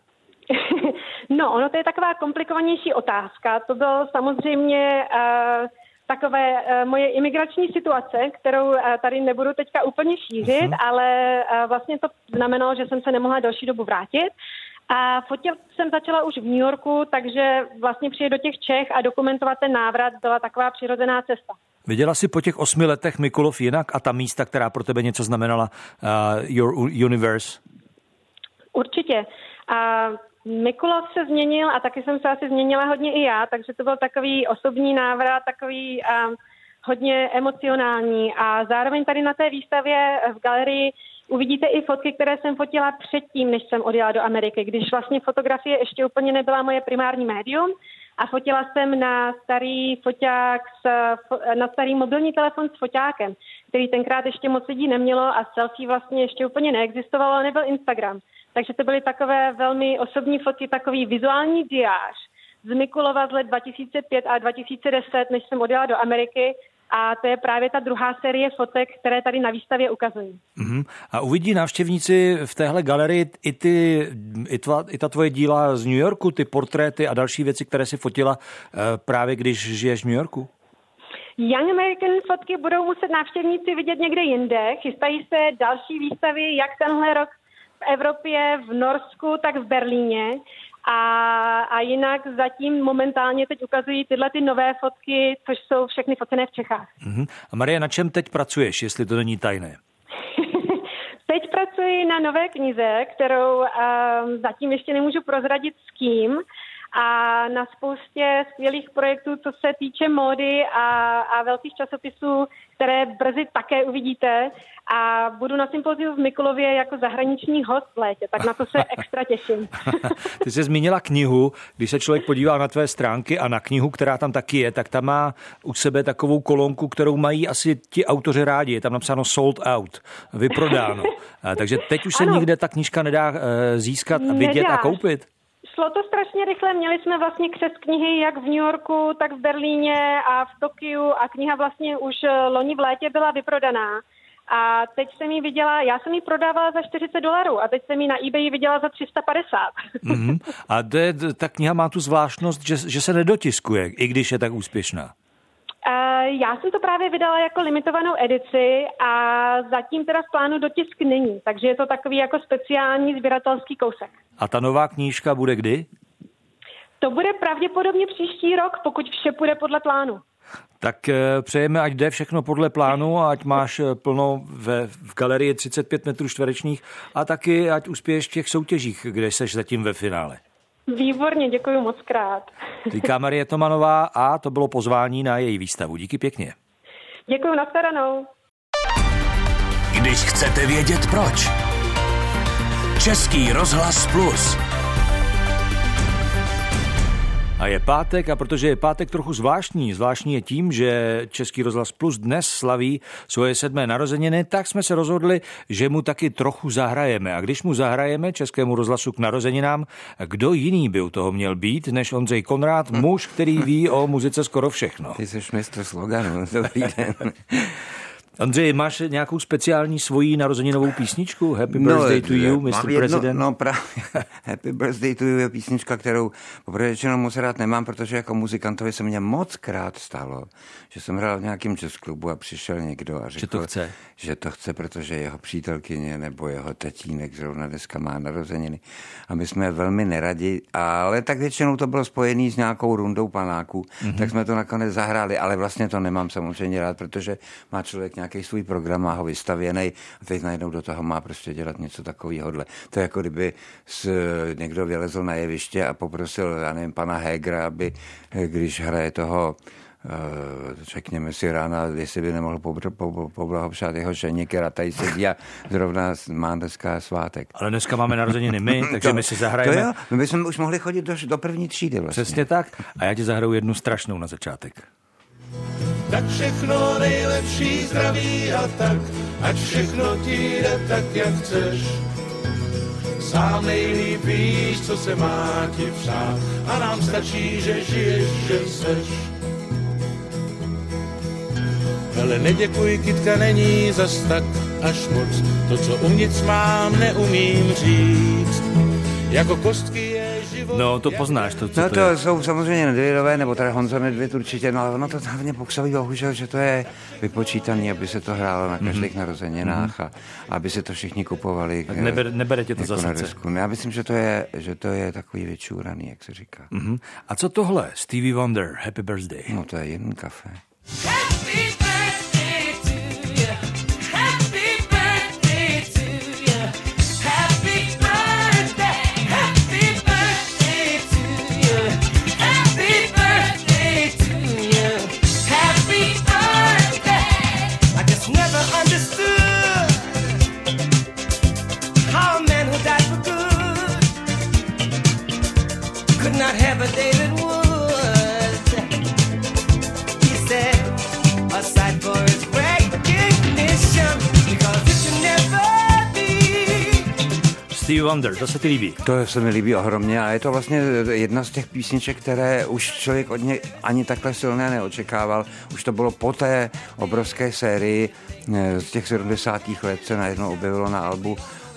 No, ono to je taková komplikovanější otázka. To bylo samozřejmě takové moje imigrační situace, kterou tady nebudu teďka úplně šířit, ale vlastně to znamenalo, že jsem se nemohla další dobu vrátit. A fotit jsem začala už v New Yorku, takže vlastně přijet do těch Čech a dokumentovat ten návrat byla taková přirozená cesta. Viděla jsi po těch 8 letech Mikulov jinak a ta místa, která pro tebe něco znamenala, Your Universe? Určitě. Mikulov se změnil a taky jsem se asi změnila hodně i já, takže to byl takový osobní návrat, takový hodně emocionální a zároveň tady na té výstavě v galerii uvidíte i fotky, které jsem fotila předtím, než jsem odjela do Ameriky, když vlastně fotografie ještě úplně nebyla moje primární médium a fotila jsem na starý foťák, na starý mobilní telefon s foťákem, který tenkrát ještě moc lidí nemělo a selfie vlastně ještě úplně neexistovalo, nebyl Instagram. Takže to byly takové velmi osobní fotky, takový vizuální diář z Mikulova z let 2005 a 2010, než jsem odjela do Ameriky. A to je právě ta druhá série fotek, které tady na výstavě ukazují. A uvidí návštěvníci v téhle galerii i ta tvoje díla z New Yorku, ty portréty a další věci, které si fotila právě když žiješ v New Yorku? Young American fotky budou muset návštěvníci vidět někde jinde. Chystají se další výstavy, jak tenhle rok v Evropě, v Norsku, tak v Berlíně. A jinak zatím momentálně teď ukazují tyhle ty nové fotky, což jsou všechny focené v Čechách. A Marie, na čem teď pracuješ, jestli to není tajné? Teď pracuji na nové knize, kterou zatím ještě nemůžu prozradit s kým, a na spoustě skvělých projektů, co se týče módy a velkých časopisů, které brzy také uvidíte. A budu na sympoziu v Mikulově jako zahraniční host v létě, tak na to se extra těším. Ty jsi zmínila knihu, když se člověk podívá na tvé stránky a na knihu, která tam taky je, tak tam má u sebe takovou kolonku, kterou mají asi ti autoři rádi. Je tam napsáno sold out, vyprodáno. Takže teď už se nikde ta knížka nedá získat a vidět a koupit. Šlo to strašně rychle, měli jsme vlastně křest knihy jak v New Yorku, tak v Berlíně a v Tokiu a kniha vlastně už loni v létě byla vyprodaná. A teď jsem ji viděla, já jsem ji prodávala za $40 a teď jsem ji na eBay viděla za 350. A ta kniha má tu zvláštnost, že se nedotiskuje, i když je tak úspěšná. Já jsem to právě vydala jako limitovanou edici a zatím teda v plánu dotisk není, takže je to takový jako speciální sběratelský kousek. A ta nová knížka bude kdy? To bude pravděpodobně příští rok, pokud vše půjde podle plánu. Tak přejeme, ať jde všechno podle plánu a ať máš plno v galerii 35 metrů čtverečních a taky ať uspěješ v těch soutěžích, kde seš zatím ve finále. Výborně, děkuji moc krát. Říká Marie Tomanová a to bylo pozvání na její výstavu. Díky pěkně. Děkuji, nashledanou. Když chcete vědět proč. Český rozhlas Plus. A je pátek, a protože je pátek trochu zvláštní je tím, že Český rozhlas Plus dnes slaví svoje 7. narozeniny, tak jsme se rozhodli, že mu taky trochu zahrajeme. A když mu zahrajeme Českému rozhlasu k narozeninám, kdo jiný by u toho měl být, než Ondřej Konrád, muž, který ví o muzice skoro všechno. Ty jsi mistr sloganu, dobrý den. Ondřej, máš nějakou speciální svoji narozeninovou písničku? Happy Birthday to you, Mr. President? No právě, Happy Birthday to you je písnička, kterou poprvé řečeno moc rád nemám, protože jako muzikantovi se mě moc krát stalo, že jsem hrál v nějakém jazz klubu a přišel někdo a řekl, že to chce, protože jeho přítelkyně nebo jeho tatínek zrovna dneska má narozeniny. A my jsme velmi neradi, ale tak většinou to bylo spojené s nějakou rundou panáků, tak jsme to nakonec zahráli, ale vlastně to nemám samozřejmě rád, protože má člověk nějaký svůj program, má ho vystavěný a teď najednou do toho má prostě dělat něco takovýhodle. To je jako kdyby někdo vylezl na jeviště a poprosil, já nevím, pana Hegera, aby když hraje toho řekněme si rána, jestli by nemohl poblahopřát jeho ženě, která tady sedí a zrovna má dneska svátek. Ale dneska máme narozeniny my, takže my si zahrajeme. To jo, my bychom už mohli chodit do první třídy vlastně. Přesně tak. A já ti zahraju jednu strašnou na začátek. Tak všechno nejlepší, zdraví a tak, ať všechno ti jde tak, jak chceš. Sám nejlíp víš, co se má ti přát, a nám stačí, že žiješ, že seš. Hele, neděkuj, kytka, není zas tak až moc, to, co uvnitř mám, neumím říct. Jako kostky je život... No, to poznáš, to, co no, to je. Jsou samozřejmě Nedvědové, nebo teda Honza Nedvěd určitě, no ale ono to hlavně působí bohužel, že to je vypočítaný, aby se to hrálo na každých narozeninách a aby se to všichni kupovali. Tak nebere tě to za srdce. Já myslím, že to je takový vyčúraný, jak se říká. A co tohle? Stevie Wonder, Happy Birthday. No, to je jeden kafe. Stevie Wonder, to se ti líbí? To se mi líbí ohromně a je to vlastně jedna z těch písniček, které už člověk od něj ani takhle silné neočekával. Už to bylo po té obrovské sérii z těch 70. let se najednou objevilo na albu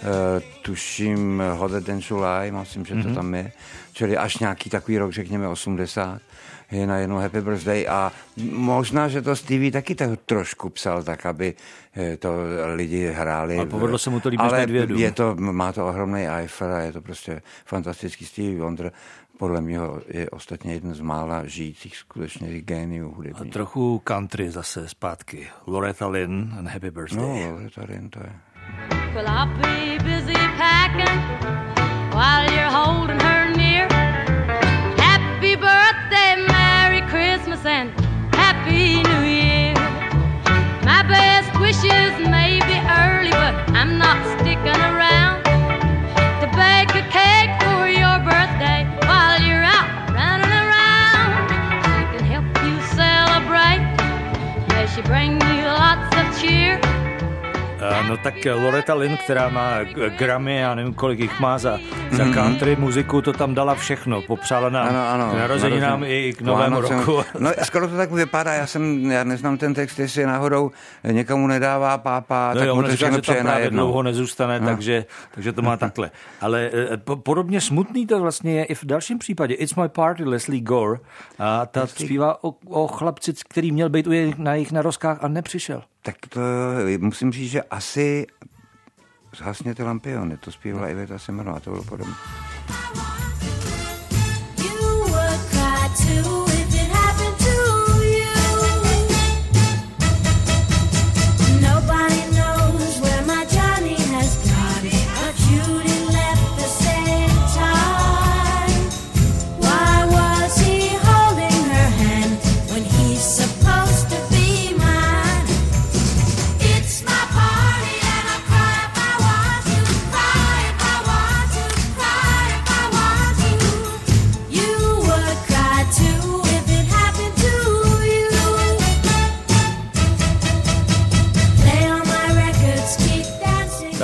tuším Hotter Than July, myslím, že to tam je, čili až nějaký takový rok, řekněme 80. je na jednu Happy Birthday a možná, že to Stevie taky trošku psal tak, aby to lidi hráli. A povedlo se mu to líbí než Nedvědu. Má to ohromný eifer a je to prostě fantastický. Stevie Wonder podle mě je ostatně jeden z mála žijících skutečně géniů hudebních. A trochu country zase zpátky. Loretta Lynn and Happy Birthday. No, Loretta Lynn to je. Well, I'll be busy packing while you're holding her near. Happy birthday, Merry Christmas and Happy New Year. My best wishes may be early, but I'm not sticking around to bake a cake for your birthday while you're out running around. She can help you celebrate, may she bring you lots of cheer. No tak Loretta Lynn, která má Grammy, já nevím, kolik jich má za country muziku, to tam dala všechno. Popřála nám k narozeninám i k novému roku. No skoro to tak vypadá, já neznám ten text, jestli náhodou někomu nedává pápa, no tak jo, mu to všechno přeje najednou. Dlouho nezůstane, takže to má takhle. Ale podobně smutný to vlastně je i v dalším případě. It's My Party, Leslie Gore. A ta zpívá o chlapci, který měl být na jejich narozkách a nepřišel. Tak to musím říct, že asi Zhasněte lampiony, to zpívala Iveta Semanová, to bylo podobné.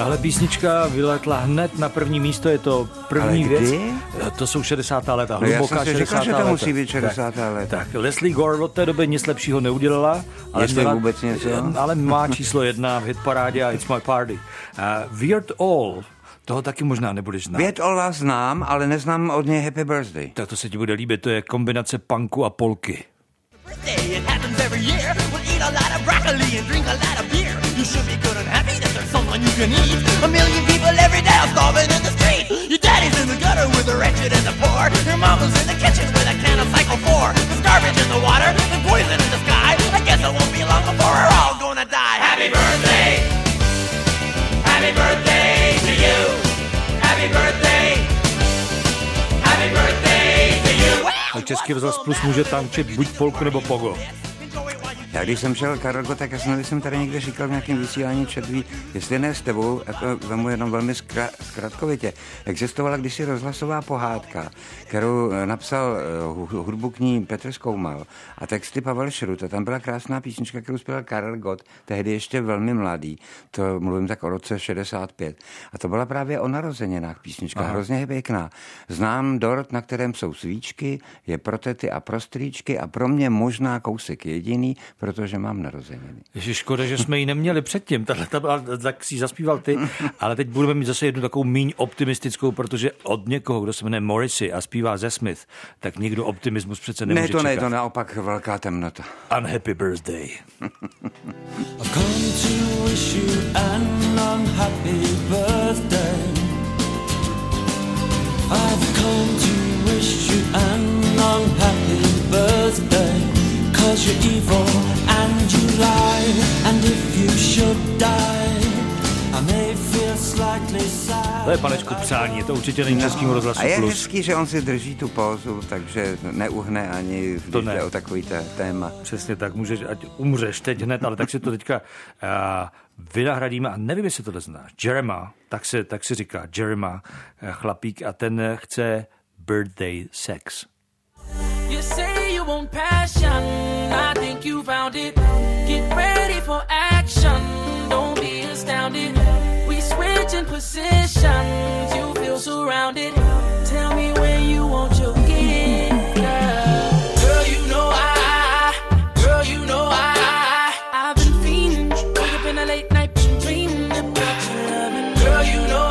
Tahle písnička vyletla hned na první místo, je to první věc. To jsou 60. léta, hluboká 60. léta. Že to musí být 60. léta. Tak, Leslie Gore od té doby nic lepšího neudělala, ale má číslo 1 v hitparádě a It's My Party. Weird Al, toho taky možná nebudeš znát. Weird Al znám, ale neznám od něj Happy Birthday. Tak to se ti bude líbit, to je kombinace punku a polky. It happens every year. We'll eat a lot of broccoli and drink a lot of beer. You should be good and happy that there's someone you can eat. A million people every day are starving in the street. Your daddy's in the gutter with the wretched and the poor. Your mama's in the kitchen with a can of Cycle 4. There's garbage in the water and poison in the sky. I guess it won't be long before we're all gonna die. Happy birthday. Happy birthday to you. Happy birthday. Happy birthday to you. A Český rozhlas Plus může tančit buď polku nebo pogo. Já když jsem šel Karolko, tak já jsem tady někde říkal v nějakém vysílání Četví, jestli ne s tebou, jako vemu jenom velmi zkratkovitě. Existovala kdysi rozhlasová pohádka, kterou napsal hudbu k ní Petr Zkoumal a texty Pavel Šrut. A tam byla krásná písnička, kterou zpěval Karel Gott, tehdy ještě velmi mladý, to mluvím tak o roce 65. A to byla právě o narozeninách písnička, hrozně je pěkná. Znám dort, na kterém jsou svíčky, je pro tety a pro strýčky a pro mě možná kousek jediný, protože mám narozeniny. Ježiš, škoda, že jsme ji neměli předtím, tak si zaspíval ty, ale teď budeme mít zase jednu takovou míň optimistickou, protože od někoho, kdo se jmenuje Morrissey a zpívá ze Smith, tak nikdo optimismus přece nemůže čekat. Ne, to naopak velká temnota. Unhappy birthday. I've come to wish you an unhappy birthday. I've come to wish you an unhappy birthday. 'Cause you're evil and you lie, and if you should die, I may feel slightly sad. To je, panečku, přání, je to určitě není Českýmu rozhlasu Plus. A je hezký, že on si drží tu pózu, takže neuhne ani, když jde o takový téma. Přesně tak, můžeš, ať umřeš teď hned, ale tak si to teďka vynahradíme a nevím, jestli tohle znáš. Jerema, tak se říká Jerema, chlapík, a ten chce birthday sex. You say you want passion, I think you found it. Get ready for action, don't be astounded. We switch in positions, you feel surrounded. Tell me where you want your gift, girl. Girl, you know I've been fiending. Wake up in the late night, been dreaming about your loving. Girl, you know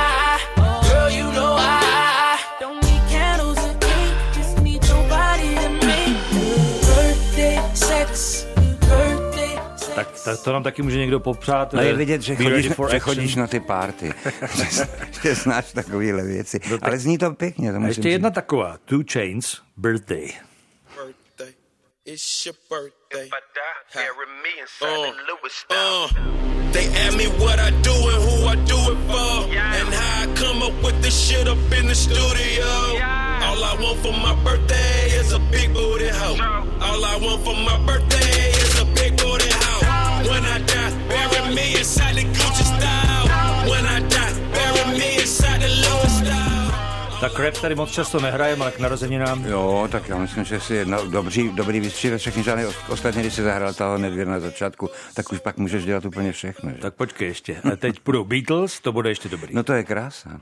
I don't need candles and cake, just need your body to make birthday sex. Tak to nám taky může někdo popřát. No je vidět, že chodíš na ty party. Že znáš takovéhle věci. No, ale zní to pěkně. To a ještě jedna taková. 2 Chainz, Birthday. Birthday. It's your birthday. If I die, bury me inside the Louis style. They ask me what I do and who I do it for. And how I come up with this shit up in the studio. All I want for my birthday is a big booty hoe. All I want for my birthday is a big booty hoe. When I die, bury me inside the Gucci style. When I die, bury me inside the Louis style. Tak rap tady moc často nehrajeme, ale k narozeninám. Jo, tak já myslím, že si dobrý vystřih ve všechny žádný. Ostatně, když si zahrál toho Nedvěr na začátku, tak už pak můžeš dělat úplně všechno. Že? Tak počkej ještě. A teď budou Beatles, to bude ještě dobrý. No to je krása.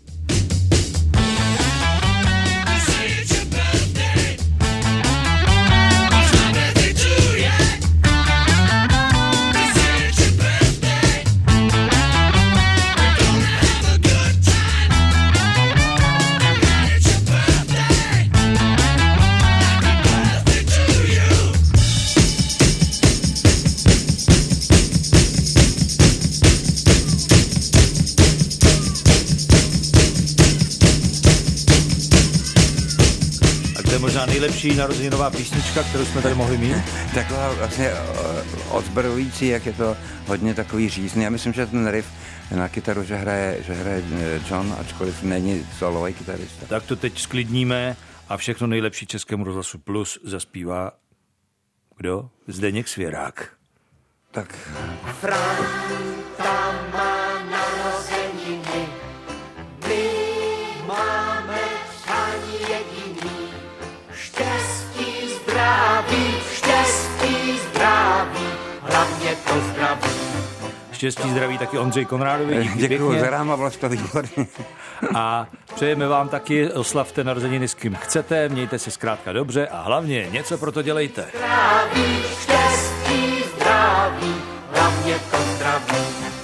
Možná nejlepší narozeninová písnička, kterou jsme tady mohli mít. Taková vlastně odzbrojující, jak je to hodně takový řízný. Já myslím, že ten riff na kytaru, že hraje John, ačkoliv není solový kytarista. Tak to teď sklidníme a všechno nejlepší Českému rozhlasu Plus zaspívá kdo? Zdeněk Svěrák. Tak. Franta má narozeniny, my máme přání jediný. Štěstí, zdraví, hlavně to zdraví. Štěstí, zdraví taky Ondřej Konrádovi. Děkuju za ráma, bylo to výborně. A přejeme vám taky, oslavte narozeniny s kým chcete, mějte se zkrátka dobře a hlavně něco pro to dělejte. Zdraví, štěstí, zdraví, hlavně to zdraví.